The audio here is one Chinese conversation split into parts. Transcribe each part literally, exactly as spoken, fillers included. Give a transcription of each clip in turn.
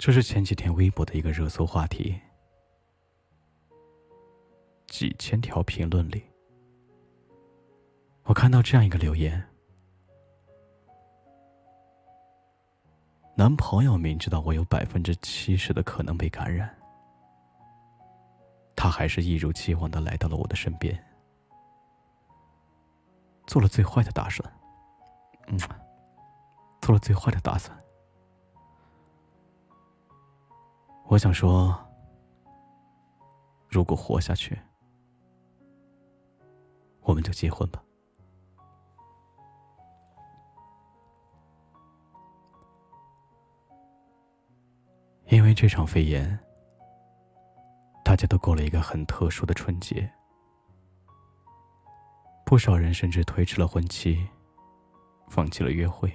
这是前几天微博的一个热搜话题，几千条评论里，我看到这样一个留言：男朋友明知道我有百分之七十的可能被感染，他还是一如既往的来到了我的身边，做了最坏的打算。嗯，做了最坏的打算。我想说，如果活下去，我们就结婚吧。因为这场肺炎，大家都过了一个很特殊的春节，不少人甚至推迟了婚期，放弃了约会，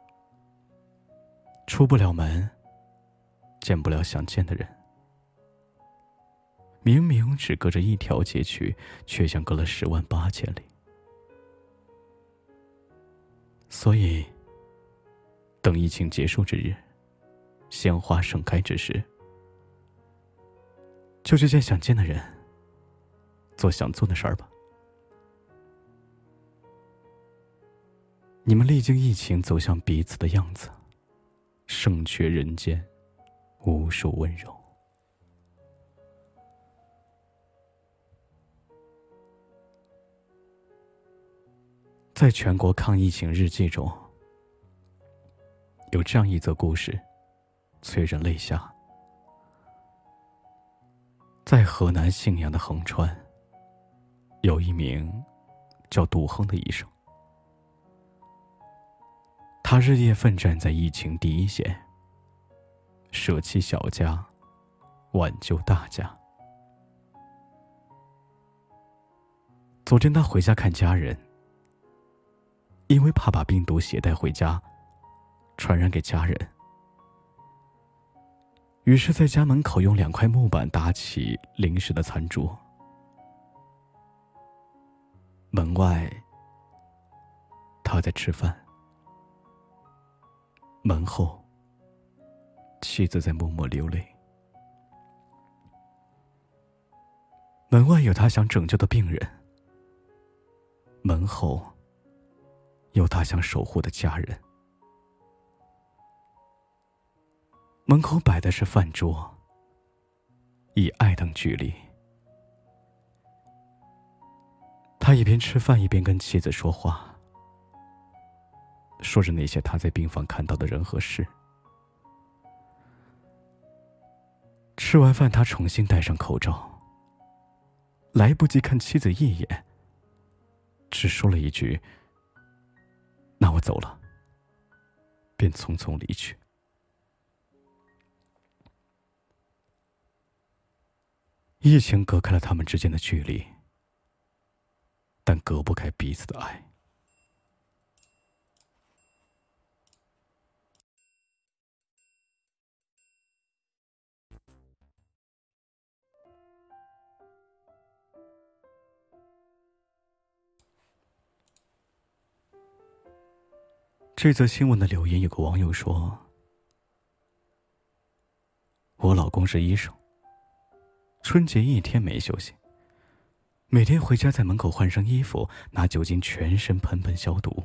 出不了门，见不了想见的人。明明只隔着一条街区，却像隔了十万八千里。所以，等疫情结束之日，鲜花盛开之时，就去见想见的人，做想做的事儿吧。你们历经疫情，走向彼此的样子，胜却人间无数温柔。在全国抗疫情日记中，有这样一则故事，催人泪下。在河南信阳的横川，有一名叫杜亨的医生，他日夜奋战在疫情第一线，舍弃小家，挽救大家。昨天他回家看家人，因为怕把病毒携带回家，传染给家人，于是在家门口用两块木板搭起临时的餐桌。门外，他在吃饭，门后，妻子在默默流泪。门外有他想拯救的病人，门后有他想守护的家人。门口摆的是饭桌，以爱当距离。他一边吃饭一边跟妻子说话，说着那些他在病房看到的人和事。吃完饭，他重新戴上口罩，来不及看妻子一眼，只说了一句：“那我走了。”便匆匆离去。疫情隔开了他们之间的距离，但隔不开彼此的爱。这则新闻的留言，有个网友说：“我老公是医生，春节一天没休息，每天回家在门口换上衣服，拿酒精全身喷喷消毒，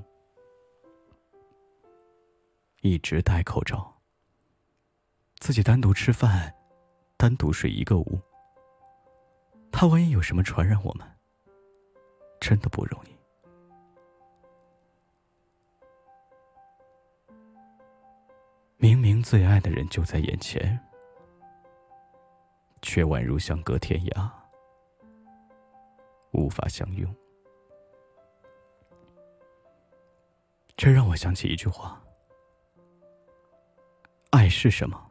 一直戴口罩，自己单独吃饭，单独睡一个屋。他万一有什么传染我们，真的不容易。”明明最爱的人就在眼前，却宛如相隔天涯，无法相拥。这让我想起一句话：爱是什么？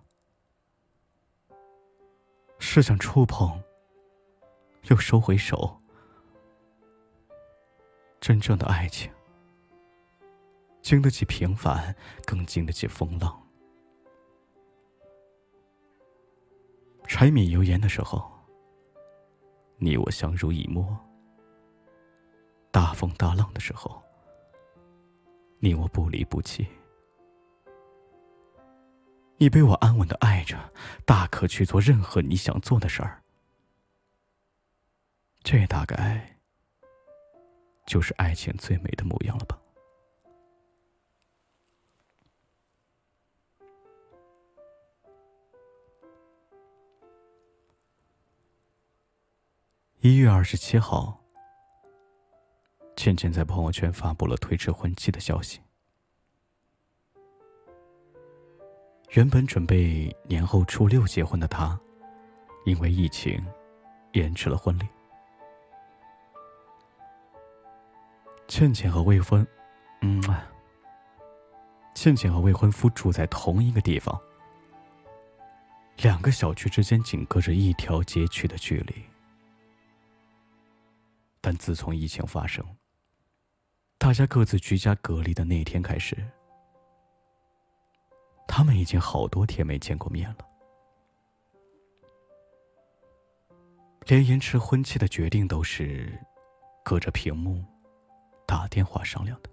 是想触碰，又收回手。真正的爱情，经得起平凡，更经得起风浪。柴米油盐的时候，你我相濡以沫；大风大浪的时候，你我不离不弃。 你被我安稳的爱着，大可去做任何你想做的事儿。这大概就是爱情最美的模样了吧。一月二十七号，倩倩在朋友圈发布了推迟婚期的消息。原本准备年后初六结婚的她，因为疫情延迟了婚礼。倩倩和未婚，嗯，倩倩和未婚夫住在同一个地方，两个小区之间仅隔着一条街区的距离。但自从疫情发生，大家各自居家隔离的那天开始，他们已经好多天没见过面了。连延迟婚期的决定都是隔着屏幕打电话商量的。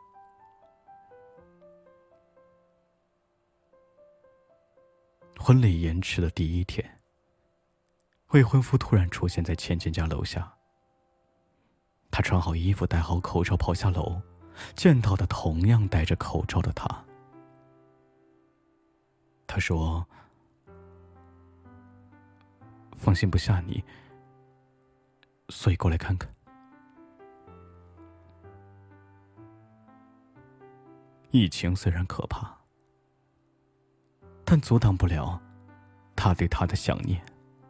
婚礼延迟的第一天，未婚夫突然出现在倩倩家楼下。他穿好衣服，戴好口罩，跑下楼，见到的同样戴着口罩的他。他说：“放心不下你，所以过来看看。”疫情虽然可怕，但阻挡不了他对她的想念。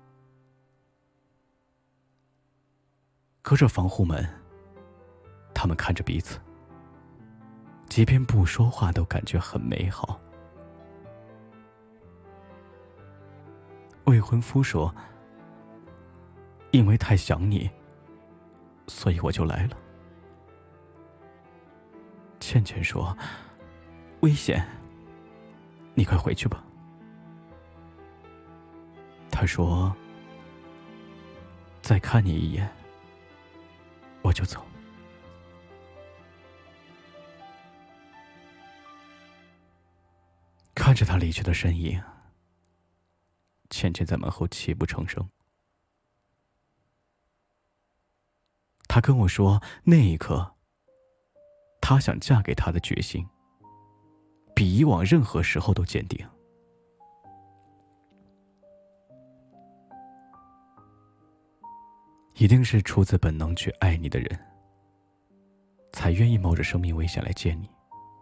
隔着防护门，他们看着彼此，即便不说话都感觉很美好。未婚夫说：“因为太想你，所以我就来了。”倩倩说：“危险，你快回去吧。”他说：“再看你一眼，我就走。”看着他离去的身影，倩倩在门后泣不成声。他跟我说，那一刻，他想嫁给他的决心，比以往任何时候都坚定。一定是出自本能去爱你的人，才愿意冒着生命危险来见你。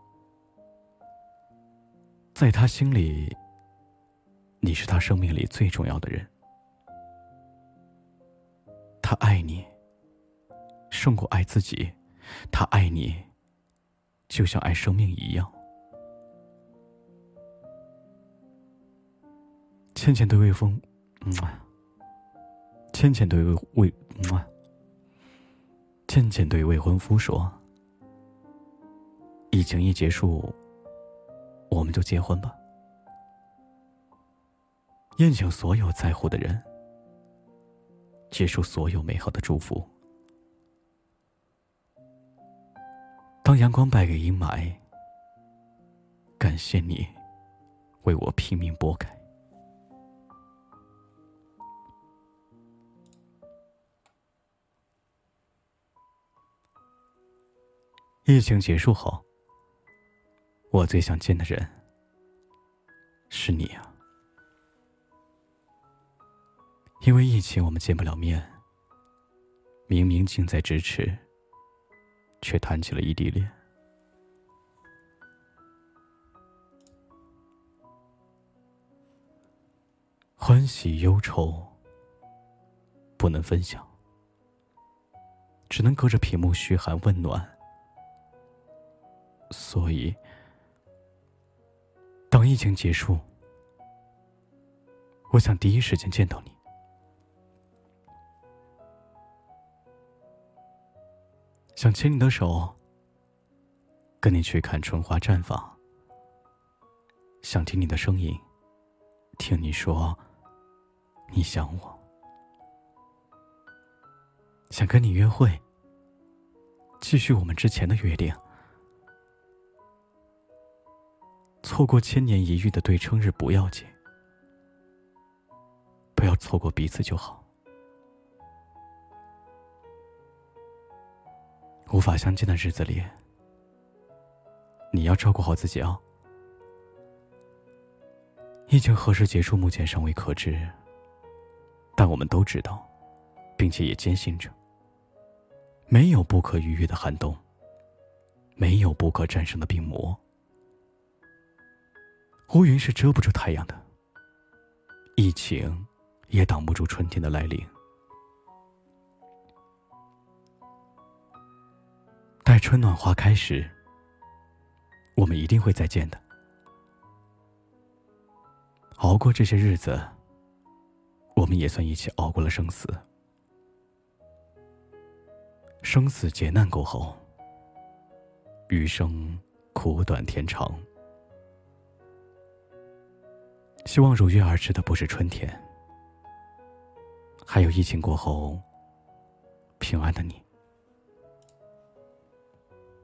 在他心里，你是他生命里最重要的人。他爱你，胜过爱自己；他爱你，就像爱生命一样。倩倩对未婚，嗯，倩倩对未未，嗯，倩倩对未婚夫说：“疫情一结束，我们就结婚吧。”宴请所有在乎的人，结束所有美好的祝福。当阳光败给阴霾，感谢你为我拼命拨开。疫情结束后，我最想见的人是你啊。因为疫情我们见不了面，明明近在咫尺，却谈起了异地恋。欢喜忧愁不能分享，只能隔着屏幕嘘寒问暖。所以当疫情结束，我想第一时间见到你。想牵你的手，跟你去看春花绽放。想听你的声音，听你说你想我。想跟你约会，继续我们之前的约定。 错过千年一遇的对称日不要紧，不要错过彼此就好。无法相见的日子里，你要照顾好自己啊。疫情何时结束，目前尚未可知，但我们都知道，并且也坚信着，没有不可逾越的寒冬，没有不可战胜的病魔。乌云是遮不住太阳的，疫情也挡不住春天的来临。待春暖花开时，我们一定会再见的。熬过这些日子，我们也算一起熬过了生死。生死劫难过后，余生苦短天长。希望如约而至的不是春天，还有疫情过后平安的你。